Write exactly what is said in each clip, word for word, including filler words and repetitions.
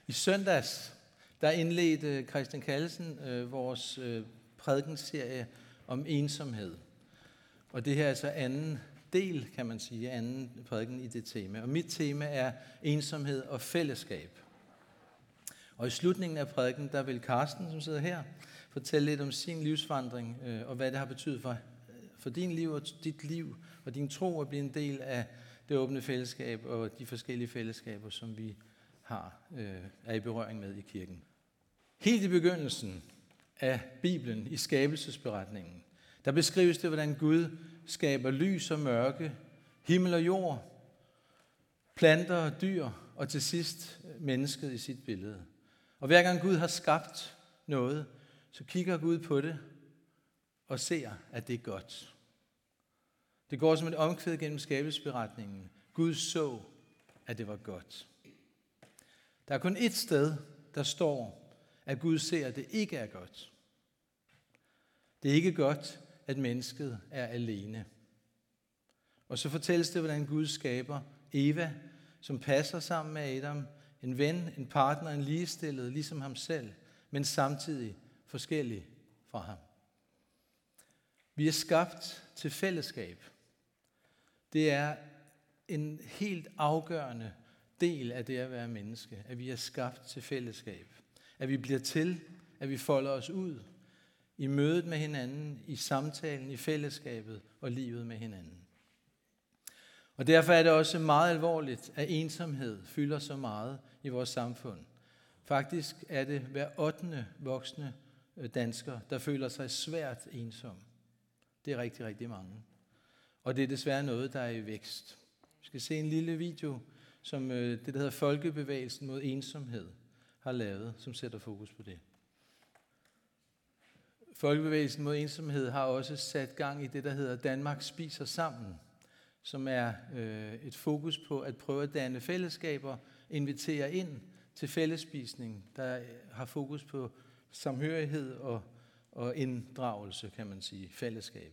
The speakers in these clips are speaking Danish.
I søndags, der indledte Christian Callesen øh, vores øh, prædikenserie om ensomhed. Og det her er altså anden del, kan man sige, anden prædiken i det tema. Og mit tema er ensomhed og fællesskab. Og i slutningen af prædiken, der vil Karsten, som sidder her, fortælle lidt om sin livsvandring, øh, og hvad det har betydet for, for din liv og dit liv, og din tro at blive en del af det åbne fællesskab og de forskellige fællesskaber, som vi har, øh, er i berøring med i kirken. Helt i begyndelsen af Bibelen, i skabelsesberetningen, der beskrives det, hvordan Gud skaber lys og mørke, himmel og jord, planter og dyr, og til sidst mennesket i sit billede. Og hver gang Gud har skabt noget, så kigger Gud på det og ser, at det er godt. Det går som et omkvæd gennem skabelsesberetningen. Gud så, at det var godt. Der er kun ét sted, der står, at Gud ser, at det ikke er godt. Det er ikke godt, at mennesket er alene. Og så fortælles det, hvordan Gud skaber Eva, som passer sammen med Adam, en ven, en partner, en ligestillet, ligesom ham selv, men samtidig forskellig fra ham. Vi er skabt til fællesskab. Det er en helt afgørende del af det at være menneske, at vi er skabt til fællesskab. At vi bliver til, at vi folder os ud i mødet med hinanden, i samtalen, i fællesskabet og livet med hinanden. Og derfor er det også meget alvorligt, at ensomhed fylder så meget i vores samfund. Faktisk er det hver ottende voksne dansker, der føler sig svært ensom. Det er rigtig, rigtig mange. Og det er desværre noget, der er i vækst. Vi skal se en lille video, som det, der hedder Folkebevægelsen mod ensomhed, har lavet, som sætter fokus på det. Folkebevægelsen mod ensomhed har også sat gang i det, der hedder Danmark spiser sammen, som er øh, et fokus på at prøve at danne fællesskaber, invitere ind til fællesspisning, der har fokus på samhørighed og, og inddragelse, kan man sige, fællesskab.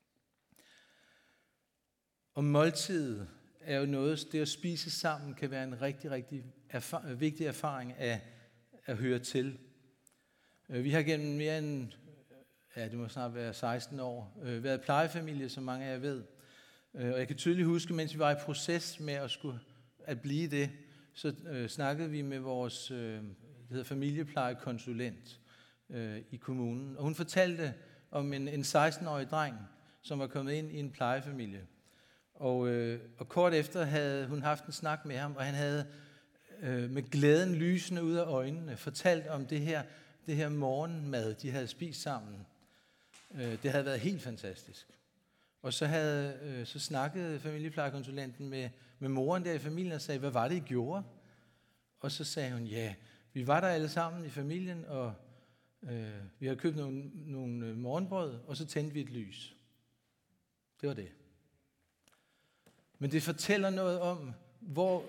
Og måltidet er jo noget, det at spise sammen kan være en rigtig, rigtig erfar- vigtig erfaring af at høre til. Vi har gennem mere end, ja, det må snart være seksten år, været plejefamilie, som mange af jer ved. Og jeg kan tydeligt huske, mens vi var i proces med at, skulle, at blive det, så øh, snakkede vi med vores øh, det hedder familieplejekonsulent øh, i kommunen. Og hun fortalte om en, en seksten-årig dreng, som var kommet ind i en plejefamilie. Og, øh, og kort efter havde hun haft en snak med ham, og han havde øh, med glæden lysende ud af øjnene fortalt om det her, det her morgenmad, de havde spist sammen. Øh, det havde været helt fantastisk. Og så, havde, øh, så snakkede familieplejekonsulenten med, med moren der i familien og sagde, hvad var det, I gjorde? Og så sagde hun, ja, vi var der alle sammen i familien, og øh, vi havde købt nogle, nogle morgenbrød, og så tændte vi et lys. Det var det. Men det fortæller noget om, hvor,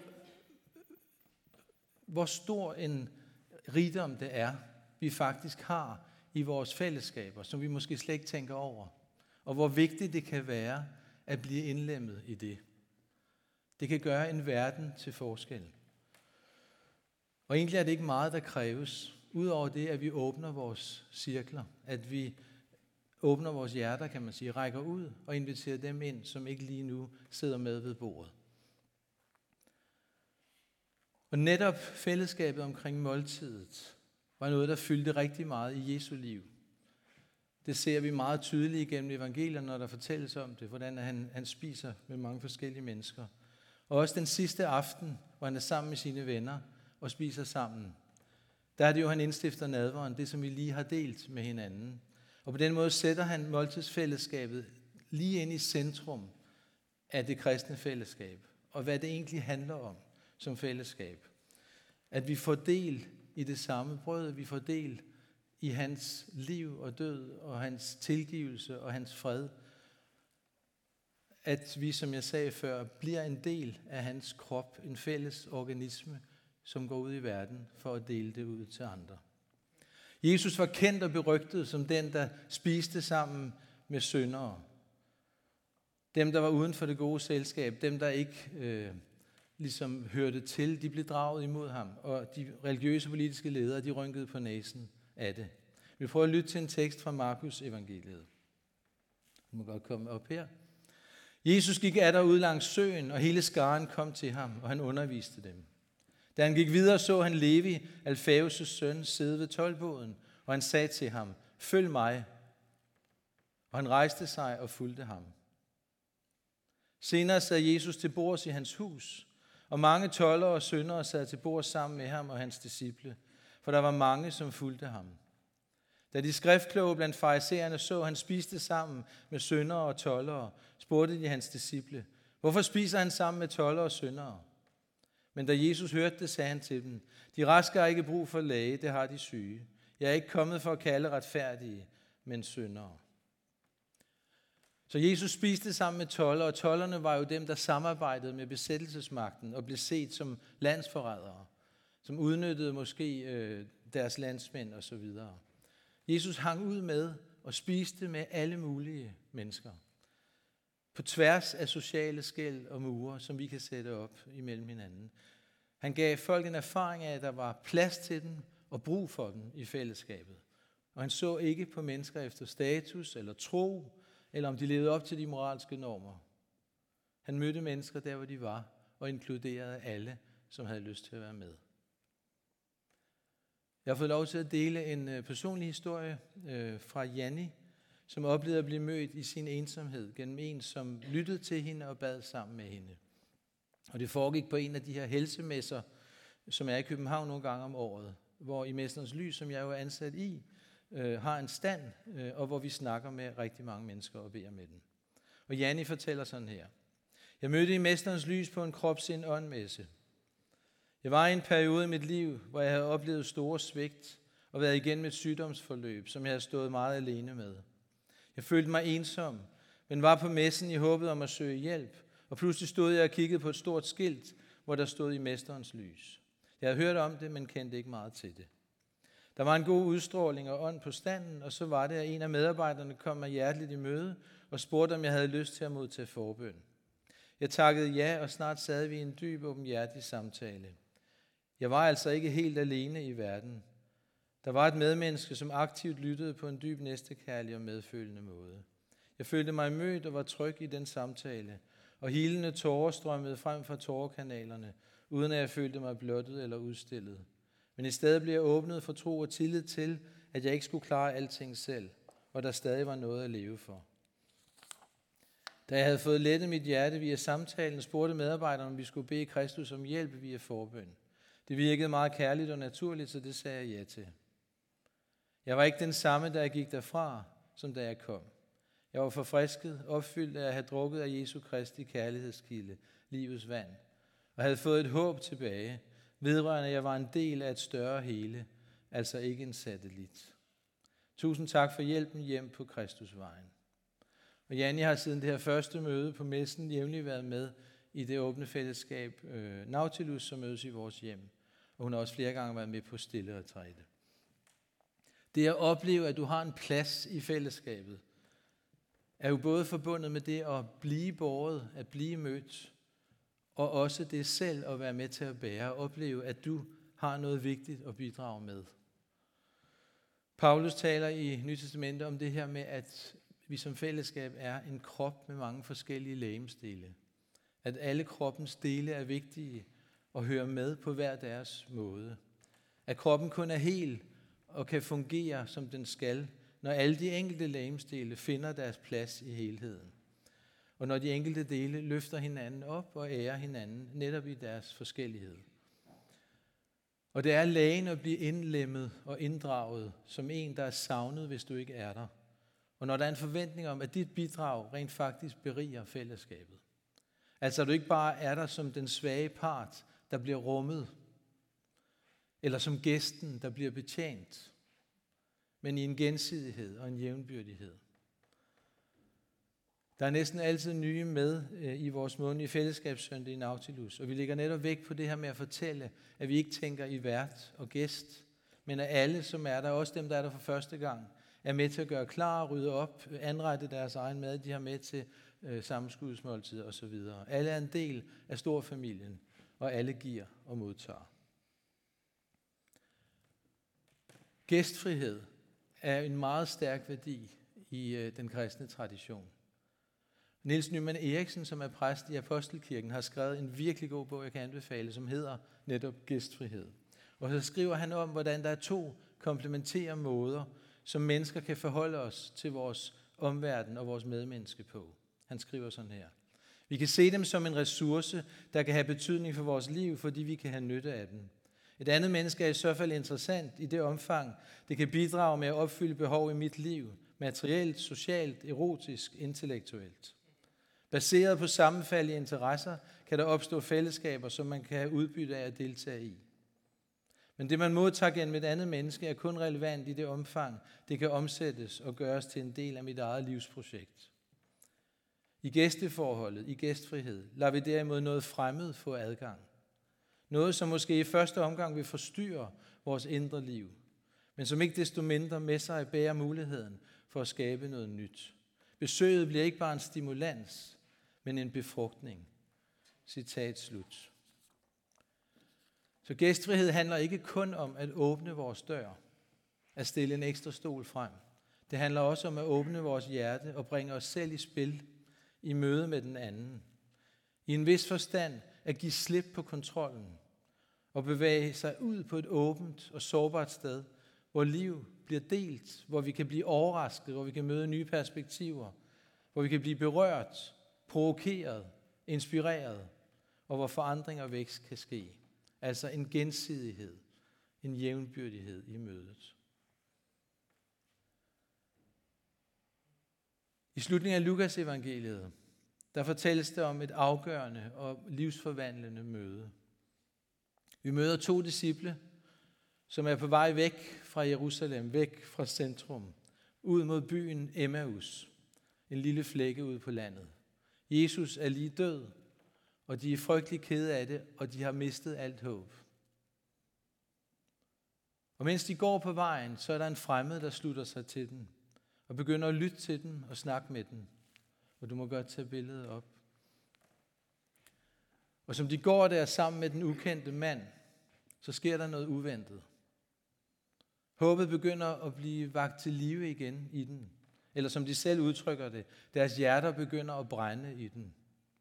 hvor stor en rigdom det er, vi faktisk har i vores fællesskaber, som vi måske slet ikke tænker over. Og hvor vigtigt det kan være at blive indlemmet i det. Det kan gøre en verden til forskel. Og egentlig er det ikke meget, der kræves, udover det, at vi åbner vores cirkler, at vi åbner vores hjerter, kan man sige, rækker ud og inviterer dem ind, som ikke lige nu sidder med ved bordet. Og netop fællesskabet omkring måltidet var noget, der fyldte rigtig meget i Jesu liv. Det ser vi meget tydeligt igennem evangelierne, når der fortælles om det, hvordan han, han spiser med mange forskellige mennesker. Og også den sidste aften, hvor han er sammen med sine venner og spiser sammen. Der er det jo, han indstifter nadveren, det som vi lige har delt med hinanden. Og på den måde sætter han måltidsfællesskabet lige ind i centrum af det kristne fællesskab. Og hvad det egentlig handler om som fællesskab. At vi får del i det samme brød, vi får del i hans liv og død, og hans tilgivelse og hans fred. At vi, som jeg sagde før, bliver en del af hans krop, en fælles organisme, som går ud i verden for at dele det ud til andre. Jesus var kendt og berygtet som den, der spiste sammen med syndere. Dem, der var uden for det gode selskab, dem, der ikke øh, ligesom hørte til, de blev draget imod ham, og de religiøse politiske ledere, de rynkede på næsen af det. Vi prøver at lytte til en tekst fra Markus evangeliet. Du må godt komme op her. Jesus gik atter ud langs søen, og hele skaren kom til ham, og han underviste dem. Da han gik videre, så han Levi, Alfæus' søn, sidde ved toldboden, og han sagde til ham, følg mig. Og han rejste sig og fulgte ham. Senere sad Jesus til bords i hans hus, og mange toldere og syndere sad til bords sammen med ham og hans disciple, for der var mange, som fulgte ham. Da de skriftkloge blandt farisæerne så, at han spiste sammen med syndere og toldere, spurgte de hans disciple, hvorfor spiser han sammen med toldere og syndere? Men da Jesus hørte det, sagde han til dem, de raske har ikke brug for læge, det har de syge. Jeg er ikke kommet for at kalde retfærdige, men syndere. Så Jesus spiste sammen med toldere, og tolderne var jo dem, der samarbejdede med besættelsesmagten og blev set som landsforrædere, som udnyttede måske øh, deres landsmænd osv. Jesus hang ud med og spiste med alle mulige mennesker. På tværs af sociale skel og mure, som vi kan sætte op imellem hinanden. Han gav folk en erfaring af, at der var plads til dem og brug for dem i fællesskabet. Og han så ikke på mennesker efter status eller tro, eller om de levede op til de moralske normer. Han mødte mennesker der, hvor de var, og inkluderede alle, som havde lyst til at være med. Jeg har fået lov til at dele en personlig historie øh, fra Janni, som oplevede at blive mødt i sin ensomhed gennem en, som lyttede til hende og bad sammen med hende. Og det foregik på en af de her helsemesser, som er i København nogle gange om året, hvor i Mesterens Lys, som jeg jo er ansat i, øh, har en stand, øh, og hvor vi snakker med rigtig mange mennesker og beder med dem. Og Janni fortæller sådan her. Jeg mødte i Mesterens Lys på en kropsind åndmesse. Jeg var i en periode i mit liv, hvor jeg havde oplevet store svigt og været igennem et sygdomsforløb, som jeg havde stået meget alene med. Jeg følte mig ensom, men var på messen i håbet om at søge hjælp, og pludselig stod jeg og kiggede på et stort skilt, hvor der stod i Mesterens Lys. Jeg havde hørt om det, men kendte ikke meget til det. Der var en god udstråling og ånd på standen, og så var det, at en af medarbejderne kom mig hjerteligt i møde og spurgte, om jeg havde lyst til at modtage forbøn. Jeg takkede ja, og snart sad vi i en dyb, åbenhjertig samtale. Jeg var altså ikke helt alene i verden. Der var et medmenneske, som aktivt lyttede på en dyb næstekærlig og medfølende måde. Jeg følte mig mødt og var tryg i den samtale, og hilende tårer strømmede frem fra tårekanalerne, uden at jeg følte mig blottet eller udstillet. Men i stedet blev jeg åbnet for tro og tillid til, at jeg ikke skulle klare alting selv, og der stadig var noget at leve for. Da jeg havde fået lettet mit hjerte via samtalen, spurgte medarbejderne, om vi skulle bede Kristus om hjælp via forbøn. Det virkede meget kærligt og naturligt, så det sagde jeg ja til. Jeg var ikke den samme, da jeg gik derfra, som da jeg kom. Jeg var forfrisket, opfyldt af at have drukket af Jesu Kristi kærlighedskilde, livets vand, og havde fået et håb tilbage, vedrørende at jeg var en del af et større hele, altså ikke en satellit. Tusind tak for hjælpen hjem på Kristusvejen. Og Janni har siden det her første møde på messen jævnligt været med i det åbne fællesskab øh, Nautilus, som mødes i vores hjem. Og hun har også flere gange været med på stille retræte. Det at opleve, at du har en plads i fællesskabet, er jo både forbundet med det at blive båret, at blive mødt, og også det selv at være med til at bære, og opleve, at du har noget vigtigt at bidrage med. Paulus taler i Nye Testamentet om det her med, at vi som fællesskab er en krop med mange forskellige legemsdele. At alle kroppens dele er vigtige og hører med på hver deres måde. At kroppen kun er hel og kan fungere, som den skal, når alle de enkelte legemsdele finder deres plads i helheden. Og når de enkelte dele løfter hinanden op og ærer hinanden netop i deres forskellighed. Og det er lægen at blive indlemmet og inddraget som en, der er savnet, hvis du ikke er der. Og når der er en forventning om, at dit bidrag rent faktisk beriger fællesskabet. Altså at du ikke bare er der som den svage part, der bliver rummet, eller som gæsten, der bliver betjent, men i en gensidighed og en jævnbyrdighed. Der er næsten altid nye med i vores månedlige fællesskabssøndag i Nautilus, og vi lægger netop vægt på det her med at fortælle, at vi ikke tænker i vært og gæst, men at alle, som er der, også dem, der er der for første gang, er med til at gøre klar, rydde op, anrette deres egen mad, de har med til øh, sammenskudsmåltider osv. Alle er en del af storfamilien, og alle giver og modtager. Gæstfrihed er en meget stærk værdi i øh, den kristne tradition. Niels Nyman Eriksen, som er præst i Apostelkirken, har skrevet en virkelig god bog, jeg kan anbefale, som hedder netop Gæstfrihed. Og så skriver han om, hvordan der er to komplementære måder, som mennesker kan forholde os til vores omverden og vores medmenneske på. Han skriver sådan her. Vi kan se dem som en ressource, der kan have betydning for vores liv, fordi vi kan have nytte af dem. Et andet menneske er i så fald interessant i det omfang, det kan bidrage med at opfylde behov i mit liv, materielt, socialt, erotisk, intellektuelt. Baseret på sammenfald i interesser, kan der opstå fællesskaber, som man kan have udbytte af at deltage i. Men det, man modtager gennem et andet menneske, er kun relevant i det omfang, det kan omsættes og gøres til en del af mit eget livsprojekt. I gæsteforholdet, i gæstfrihed, lader vi derimod noget fremmed få adgang. Noget, som måske i første omgang vil forstyrre vores indre liv, men som ikke desto mindre med sig bærer muligheden for at skabe noget nyt. Besøget bliver ikke bare en stimulans, men en befrugtning. Citat slut. Så gæstfrihed handler ikke kun om at åbne vores dør, at stille en ekstra stol frem. Det handler også om at åbne vores hjerte og bringe os selv i spil, i møde med den anden. I en vis forstand at give slip på kontrollen og bevæge sig ud på et åbent og sårbart sted, hvor liv bliver delt, hvor vi kan blive overrasket, hvor vi kan møde nye perspektiver, hvor vi kan blive berørt, provokeret, inspireret, og hvor forandring og vækst kan ske. Altså en gensidighed, en jævnbyrdighed i mødet. I slutningen af Lukas evangeliet, der fortælles det om et afgørende og livsforvandlende møde. Vi møder to disciple, som er på vej væk fra Jerusalem, væk fra centrum, ud mod byen Emmaus, en lille flække ude på landet. Jesus er lige død, og de er frygtelig kede af det, og de har mistet alt håb. Og mens de går på vejen, så er der en fremmed, der slutter sig til dem, og begynder at lytte til dem og snakke med dem. Og du må godt tage billedet op. Og som de går der sammen med den ukendte mand, så sker der noget uventet. Håbet begynder at blive vakt til live igen i den. Eller som de selv udtrykker det, deres hjerter begynder at brænde i den.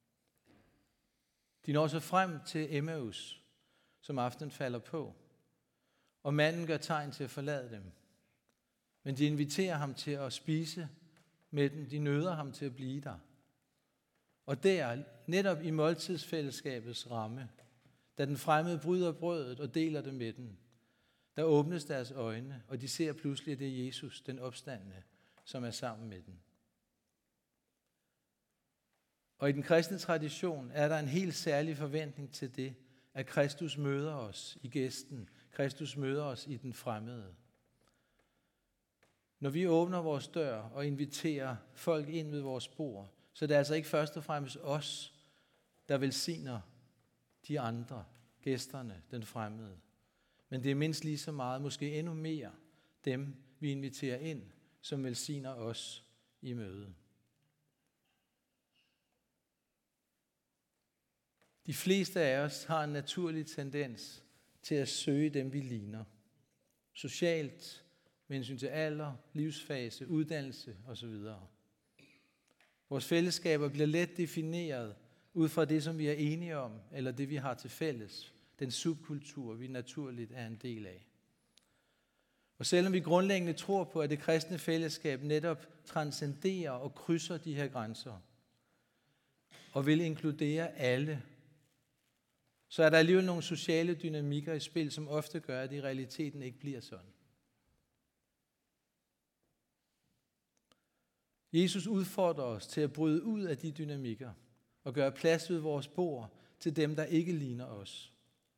De når så frem til Emmaus, som aftenen falder på. Og manden gør tegn til at forlade dem. Men de inviterer ham til at spise med dem. De nøder ham til at blive der. Og der, netop i måltidsfællesskabets ramme, da den fremmede bryder brødet og deler det med dem, der åbnes deres øjne, og de ser pludselig, at det er Jesus, den opstandne, som er sammen med dem. Og i den kristne tradition er der en helt særlig forventning til det, at Kristus møder os i gæsten. Kristus møder os i den fremmede. Når vi åbner vores dør og inviterer folk ind ved vores bord, så det er altså ikke først og fremmest os, der velsigner de andre, gæsterne, den fremmede. Men det er mindst lige så meget, måske endnu mere, dem vi inviterer ind, som velsigner os i mødet. De fleste af os har en naturlig tendens til at søge dem, vi ligner. Socialt, med hensyn til alder, livsfase, uddannelse osv. Vores fællesskaber bliver let defineret ud fra det, som vi er enige om, eller det, vi har til fælles. Den subkultur, vi naturligt er en del af. Og selvom vi grundlæggende tror på, at det kristne fællesskab netop transcenderer og krydser de her grænser, og vil inkludere alle, så er der alligevel nogle sociale dynamikker i spil, som ofte gør, at det i realiteten ikke bliver sådan. Jesus udfordrer os til at bryde ud af de dynamikker og gøre plads ved vores bord til dem, der ikke ligner os.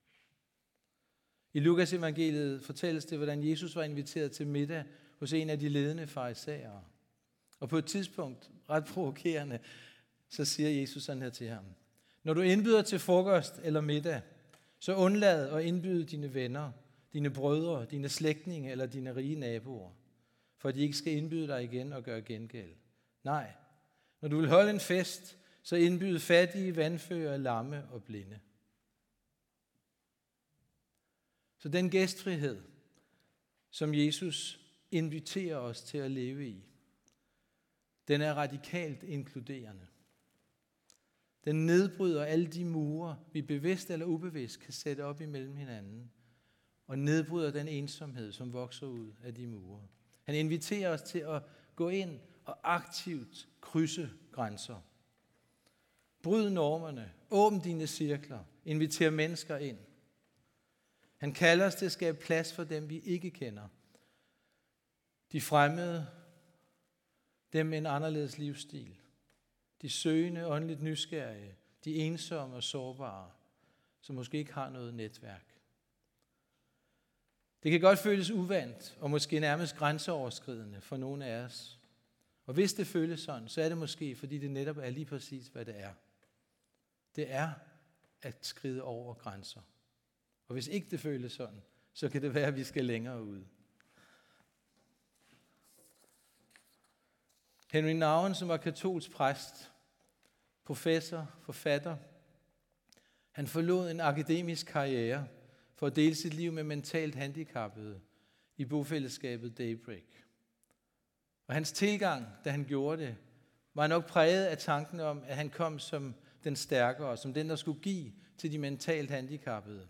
I Lukas evangeliet fortælles det, hvordan Jesus var inviteret til middag hos en af de ledende farisæere. Og på et tidspunkt, ret provokerende, så siger Jesus sådan her til ham: Når du indbyder til frokost eller middag, så undlad at indbyde dine venner, dine brødre, dine slægtninge eller dine rige naboer, for at de ikke skal indbyde dig igen og gøre gengæld. Nej, når du vil holde en fest, så indbyd fattige, vandførere, lamme og blinde. Så den gæstfrihed, som Jesus inviterer os til at leve i, den er radikalt inkluderende. Den nedbryder alle de mure, vi bevidst eller ubevidst kan sætte op imellem hinanden, og nedbryder den ensomhed, som vokser ud af de mure. Han inviterer os til at gå ind og aktivt krydse grænser. Bryd normerne, åbn dine cirkler, inviter mennesker ind. Han kalder os til at skabe plads for dem, vi ikke kender. De fremmede, dem med en anderledes livsstil. De søgende, åndeligt nysgerrige, de ensomme og sårbare, som måske ikke har noget netværk. Det kan godt føles uvant og måske nærmest grænseoverskridende for nogle af os. Og hvis det føles sådan, så er det måske, fordi det netop er lige præcis, hvad det er. Det er at skride over grænser. Og hvis ikke det føles sådan, så kan det være, at vi skal længere ud. Henry Nouwen, som var katolsk præst, professor, forfatter, han forlod en akademisk karriere for at dele sit liv med mentalt handicappede i bofællesskabet Daybreak. Og hans tilgang, da han gjorde det, var nok præget af tanken om, at han kom som den stærkere, som den, der skulle give til de mentalt handicappede.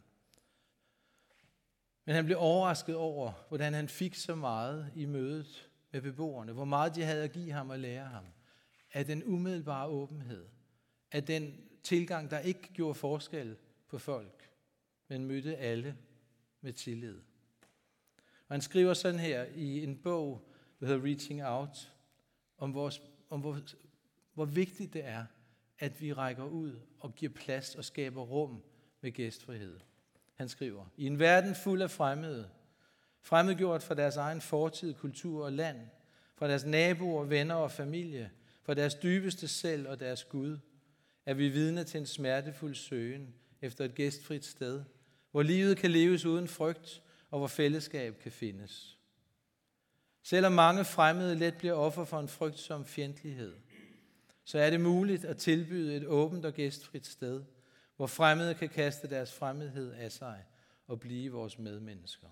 Men han blev overrasket over, hvordan han fik så meget i mødet med beboerne, hvor meget de havde at give ham og lære ham, af den umiddelbare åbenhed, af den tilgang, der ikke gjorde forskel på folk, men mødte alle med tillid. Og han skriver sådan her i en bog, der hedder Reaching Out, om, vores, om hvor, hvor vigtigt det er, at vi rækker ud og giver plads og skaber rum med gæstfrihed. Han skriver, i en verden fuld af fremmede, fremmedgjort fra deres egen fortid, kultur og land, fra deres naboer, venner og familie, fra deres dybeste selv og deres Gud, er vi vidne til en smertefuld søgen efter et gæstfrit sted, hvor livet kan leves uden frygt, og hvor fællesskab kan findes. Selvom mange fremmede let bliver offer for en frygtsom fjendtlighed, så er det muligt at tilbyde et åbent og gæstfrit sted, hvor fremmede kan kaste deres fremmedhed af sig og blive vores medmennesker.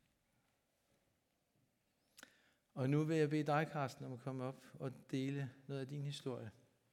Og nu vil jeg bede dig, Carsten, om at komme op og dele noget af din historie.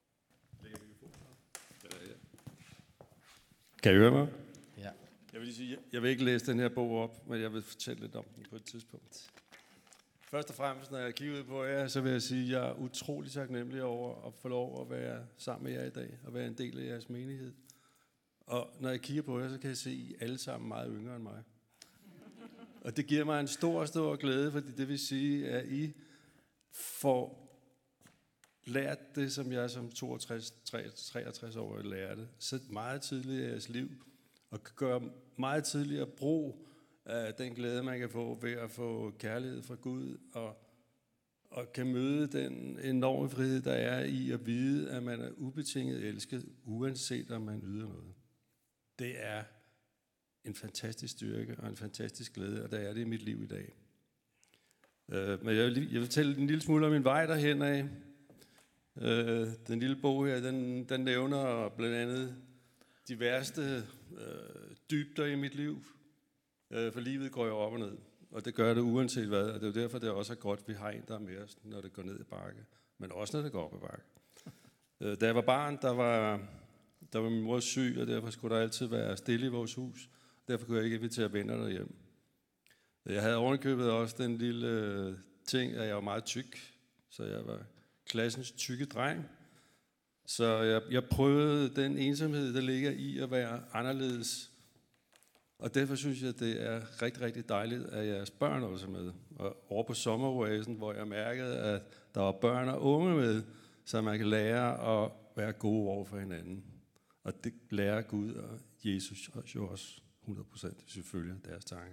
Kan I høre mig? Ja. Jeg vil lige sige, jeg vil ikke læse den her bog op, men jeg vil fortælle lidt om den på et tidspunkt. Først og fremmest, når jeg kigger ud på jer, så vil jeg sige, at jeg er utrolig taknemmelig over at få lov at være sammen med jer i dag, og være en del af jeres menighed. Og når jeg kigger på jer, så kan jeg se, at I alle sammen meget yngre end mig. Og det giver mig en stor, stor glæde, fordi det vil sige, at I får lært det, som jeg som toogtres, treogtres år lærte, så meget tidligt i jeres liv, og kan gøre meget tidligere brug af den glæde, man kan få ved at få kærlighed fra Gud, og, og kan møde den enorme frihed, der er i at vide, at man er ubetinget elsket, uanset om man yder noget. Det er en fantastisk styrke og en fantastisk glæde, og der er det i mit liv i dag. Uh, men jeg vil, jeg vil fortælle en lille smule om min vej derhen af. Uh, den lille bog her, den, den nævner blandt andet de værste uh, dybder i mit liv. Uh, for livet går jo op og ned, og det gør det uanset hvad, og det er jo derfor, det også er godt, at vi har en, der er med os, når det går ned i bakke, men også når det går op i bakke. Uh, da jeg var barn, der var, der var min mor syg, og derfor skulle der altid være stille i vores hus. Derfor kunne jeg ikke invitere venner derhjem. Jeg havde ovenikøbet også den lille ting, at jeg var meget tyk, så jeg var klassens tykke dreng. Så jeg, jeg prøvede den ensomhed, der ligger i at være anderledes. Og derfor synes jeg, det er rigtig, rigtig dejligt, at jeres børn også er med. Og over på sommeroasen, hvor jeg mærkede, at der var børn og unge med, så man kan lære at være gode over for hinanden. Og det lærer Gud og Jesus jo også hundrede procent, hvis vi følger deres tanker.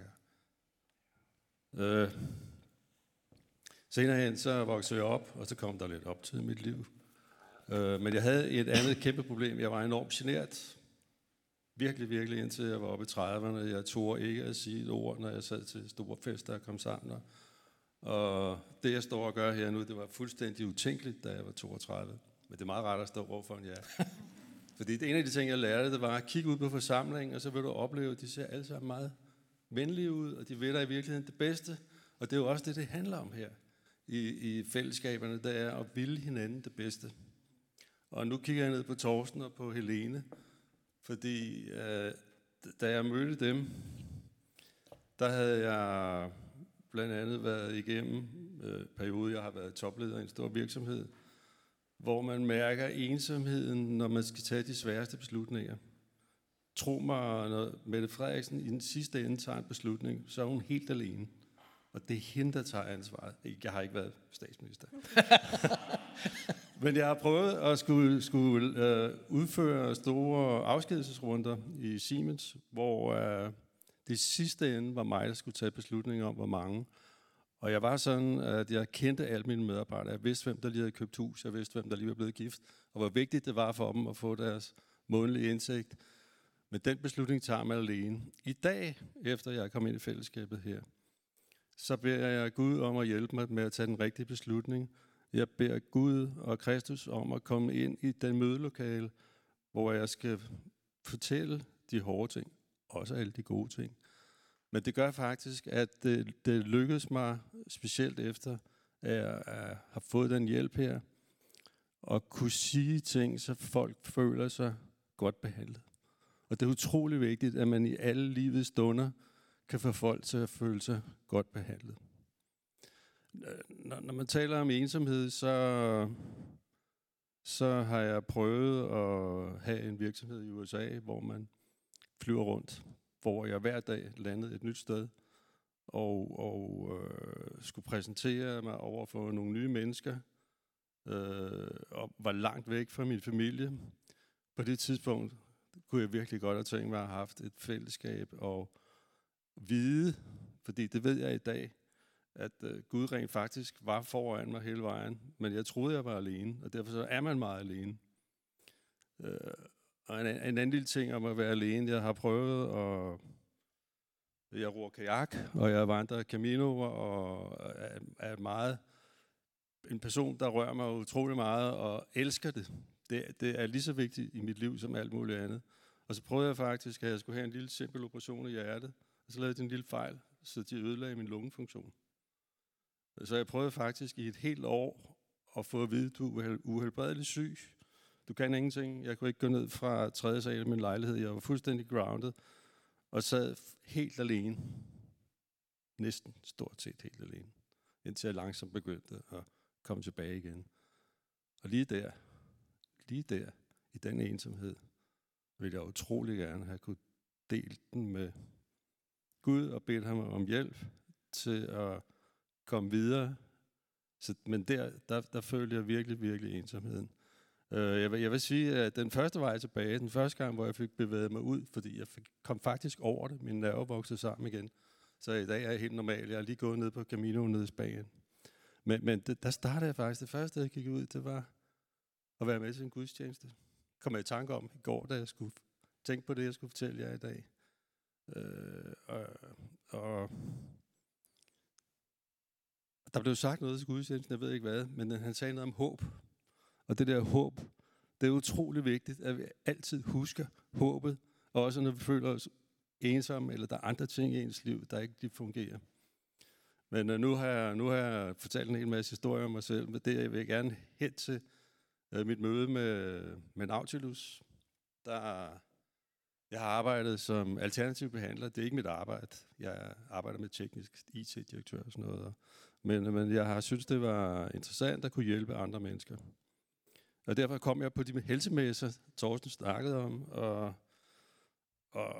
Øh. Senere hen, så voksede jeg op, og så kom der lidt op til mit liv. Øh, men jeg havde et andet kæmpe problem. Jeg var enormt genert. Virkelig, virkelig, indtil jeg var oppe i trediverne. Jeg turde ikke at sige et ord, når jeg sad til store fester og kom sammen. Og det, jeg står og gør her nu, det var fuldstændig utænkeligt, da jeg var toogtredive. Men det er meget rart at stå overfor en jer. Fordi det ene af de ting, jeg lærte, det var at kigge ud på forsamlingen, og så vil du opleve, at de ser alle sammen meget venlige ud, og de vil der i virkeligheden det bedste. Og det er jo også det, det handler om her i, i fællesskaberne, det er at ville hinanden det bedste. Og nu kigger jeg ned på Torsten og på Helene, fordi øh, da jeg mødte dem, der havde jeg blandt andet været igennem øh, periode, jeg har været topleder i en stor virksomhed, hvor man mærker ensomheden, når man skal tage de sværeste beslutninger. Tro mig, når Mette Frederiksen i den sidste ende tager en beslutning, så er hun helt alene. Og det er hende, der tager ansvaret. Jeg har ikke været statsminister. Men jeg har prøvet at skulle, skulle øh, udføre store afskedelsesrunder i Siemens, hvor øh, det sidste ende var mig, der skulle tage beslutninger om, hvor mange. Og jeg var sådan, at jeg kendte alle mine medarbejdere. Jeg vidste, hvem der lige havde købt hus. Jeg vidste, hvem der lige var blevet gift. Og hvor vigtigt det var for dem at få deres månedlige indtægt. Men den beslutning tager man alene. I dag, efter jeg er kommet ind i fællesskabet her, så beder jeg Gud om at hjælpe mig med at tage den rigtige beslutning. Jeg beder Gud og Kristus om at komme ind i den mødelokale, hvor jeg skal fortælle de hårde ting, også alle de gode ting. Men det gør faktisk, at det, det lykkedes mig, specielt efter at jeg har fået den hjælp her, at kunne sige ting, så folk føler sig godt behandlet. Og det er utrolig vigtigt, at man i alle livets stunder kan få folk til at føle sig godt behandlet. Når man taler om ensomhed, så, så har jeg prøvet at have en virksomhed i U S A, hvor man flyver rundt, hvor jeg hver dag landede et nyt sted, og, og øh, skulle præsentere mig over for nogle nye mennesker, øh, og var langt væk fra min familie. På det tidspunkt kunne jeg virkelig godt have tænkt mig at have haft et fællesskab og vide, fordi det ved jeg i dag, at øh, Gud rent faktisk var foran mig hele vejen, men jeg troede, jeg var alene, og derfor så er man meget alene. Øh, og en, en anden lille ting om at være alene, jeg har prøvet, og jeg roer kajak, og jeg vandrer Camino, og er, er meget en person, der rører mig utrolig meget, og elsker det. det. Det er lige så vigtigt i mit liv som alt muligt andet. Og så prøvede jeg faktisk, at jeg skulle have en lille simpel operation i hjertet, og så lavede jeg en lille fejl, så de ødelagde min lungefunktion. Så jeg prøvede faktisk i et helt år at få at vide, at du er uhelbredelig syg. Du kan ingenting. Jeg kunne ikke gå ned fra tredje sal i min lejlighed. Jeg var fuldstændig grounded og sad helt alene. Næsten stort set helt alene. Indtil jeg langsomt begyndte at komme tilbage igen. Og lige der, lige der, i den ensomhed, ville jeg utrolig gerne have kunne dele den med Gud og bedt ham om hjælp til at komme videre. Så, men der, der, der følte jeg virkelig, virkelig ensomheden. Uh, jeg, vil, jeg vil sige, at den første vej tilbage, den første gang, hvor jeg fik bevæget mig ud, fordi jeg fik, kom faktisk over det, mine nerver voksede sammen igen. Så i dag er jeg helt normal. Jeg er lige gået ned på Camino nede i Spanien. Men, men det, der startede jeg faktisk. Det første, jeg gik ud, det var at være med til en gudstjeneste. Kom jeg i tanke om i går, da jeg skulle tænke på det, jeg skulle fortælle jer i dag. Uh, og, og der blev sagt noget til gudstjenesten, jeg ved ikke hvad, men han sagde noget om håb. Og det der håb, det er utrolig vigtigt, at vi altid husker håbet, også når vi føler os ensomme, eller der er andre ting i ens liv, der ikke lige fungerer. Men uh, nu, har jeg, nu har jeg fortalt en hel masse historier om mig selv, men det jeg vil gerne hen til uh, mit møde med, med Nautilus. Der, jeg har arbejdet som alternativ behandler. Det er ikke mit arbejde. Jeg arbejder med teknisk I T-direktør og sådan noget. Men, men jeg har synes det var interessant at kunne hjælpe andre mennesker. Og derfor kom jeg på de helsemesser, Torsten snakkede om, og, og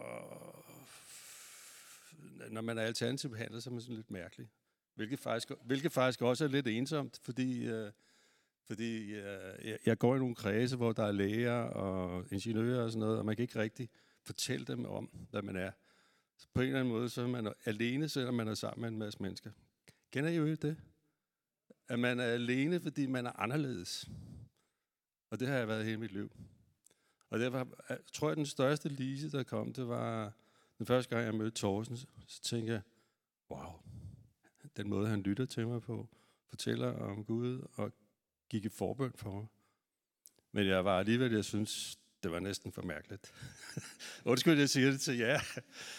når man er alternativ behandler, så er man sådan lidt mærkelig. Hvilket faktisk, hvilket faktisk også er lidt ensomt, fordi, øh, fordi øh, jeg, jeg går i nogle kredse, hvor der er læger og ingeniører og sådan noget, og man kan ikke rigtig fortælle dem om, hvad man er. Så på en eller anden måde, så er man alene, selvom man er sammen med en masse mennesker. Kender I jo det? At man er alene, fordi man er anderledes. Og det har jeg været hele mit liv. Og derfor jeg tror jeg, at den største lise, der kom, det var den første gang, jeg mødte Torsten. Så tænkte jeg, wow, den måde, han lytter til mig på, fortæller om Gud og gik i forbøn for mig. Men jeg var alligevel, jeg synes, det var næsten for mærkeligt. Undskyld, jeg siger det til jer.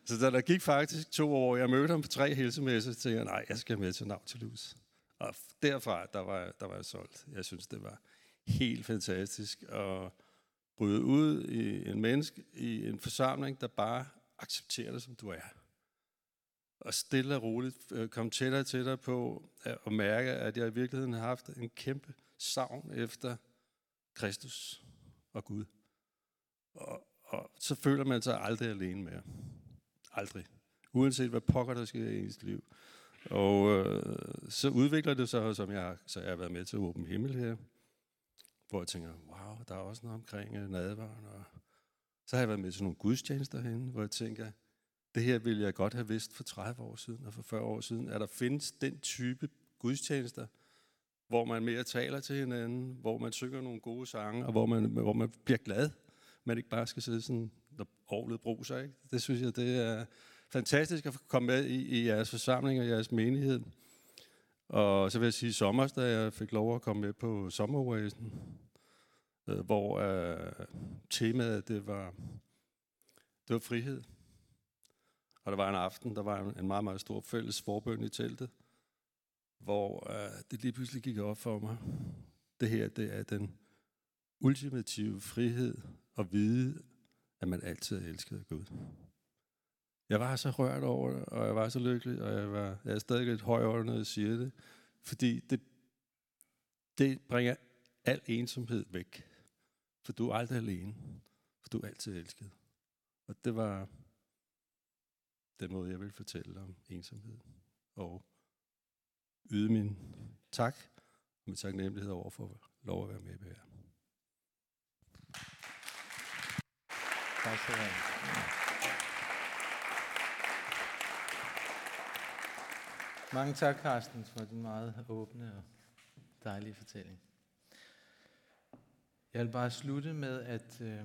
Så da der gik faktisk to år, jeg mødte ham på tre helsemesser, så tænkte jeg, nej, jeg skal med til Nautilus. Og derfra, der var, der var jeg solgt. Jeg synes, det var helt fantastisk at bryde ud i en menneske, i en forsamling, der bare accepterer dig, som du er. Og stille og roligt komme tættere og tættere på at mærke, at jeg i virkeligheden har haft en kæmpe savn efter Kristus og Gud. Og, og så føler man sig aldrig alene mere. Aldrig. Uanset hvad pokker der sker i ens liv. Og øh, så udvikler det sig, som jeg, så jeg har været med til Åben Himmel her, hvor jeg tænker, wow, der er også noget omkring uh, nadveren. Og så har jeg været med til nogle gudstjenester herinde, hvor jeg tænker, det her ville jeg godt have vidst for tredive år siden og for fyrre år siden. Er der findes den type gudstjenester, hvor man mere taler til hinanden, hvor man synger nogle gode sange, og hvor man, hvor man bliver glad. Man ikke bare skal sidde sådan, når orglet bruser, ikke? Det synes jeg, det er fantastisk at komme med i, i jeres forsamling og jeres menighed. Og så vil jeg sige, sommer, da jeg fik lov at komme med på sommeroasen, øh, hvor øh, temaet, det var, det var frihed. Og der var en aften, der var en meget, meget stor fælles forbøn i teltet, hvor øh, det lige pludselig gik op for mig. Det her, det er den ultimative frihed at vide, at man altid er elsket af Gud. Jeg var så rørt over det, og jeg var så lykkelig, og jeg, var, jeg er stadig lidt høj over, når jeg siger det, fordi det, det bringer al ensomhed væk. For du er aldrig alene, for du er altid elsket. Og det var den måde, jeg vil fortælle om ensomhed. Og yde min tak og min taknemmelighed over for lov at være med ved jer. Tak skal du have. Mange tak, Carsten, for din meget åbne og dejlige fortælling. Jeg vil bare slutte med, at øh,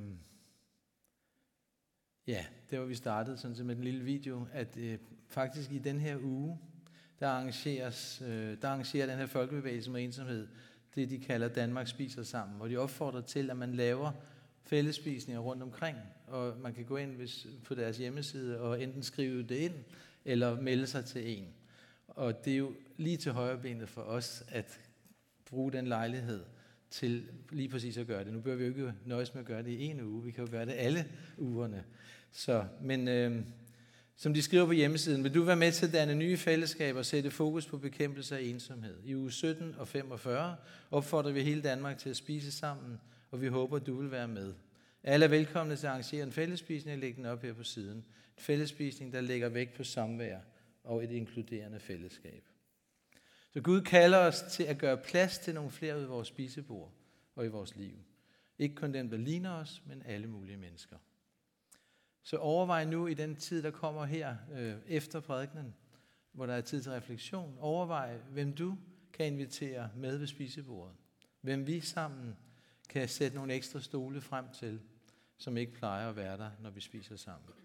ja, det var vi startede sådan som med en lille video, at øh, faktisk i den her uge, der arrangeres, øh, der arrangerer den her folkebevægelse mod ensomhed, det de kalder Danmark spiser sammen, hvor de opfordrer til, at man laver fællesspisninger rundt omkring, og man kan gå ind hvis, på deres hjemmeside og enten skrive det ind, eller melde sig til en. Og det er jo lige til højrebenet for os, at bruge den lejlighed til lige præcis at gøre det. Nu bør vi jo ikke nøjes med at gøre det i en uge, vi kan jo gøre det alle ugerne. Så, men øh, som de skriver på hjemmesiden, vil du være med til at danne nye fællesskaber og sætte fokus på bekæmpelse af ensomhed. I uge sytten og femogfyrre opfordrer vi hele Danmark til at spise sammen, og vi håber, du vil være med. Alle er velkomne til at arrangere en fællesspisning, og lægge den op her på siden. En fællesspisning, der lægger vægt på samvær og et inkluderende fællesskab. Så Gud kalder os til at gøre plads til nogle flere ud af vores spisebord og i vores liv. Ikke kun dem, der ligner os, men alle mulige mennesker. Så overvej nu i den tid, der kommer her øh, efter prædikenen, hvor der er tid til refleksion. Overvej, hvem du kan invitere med ved spisebordet. Hvem vi sammen kan sætte nogle ekstra stole frem til, som ikke plejer at være der, når vi spiser sammen.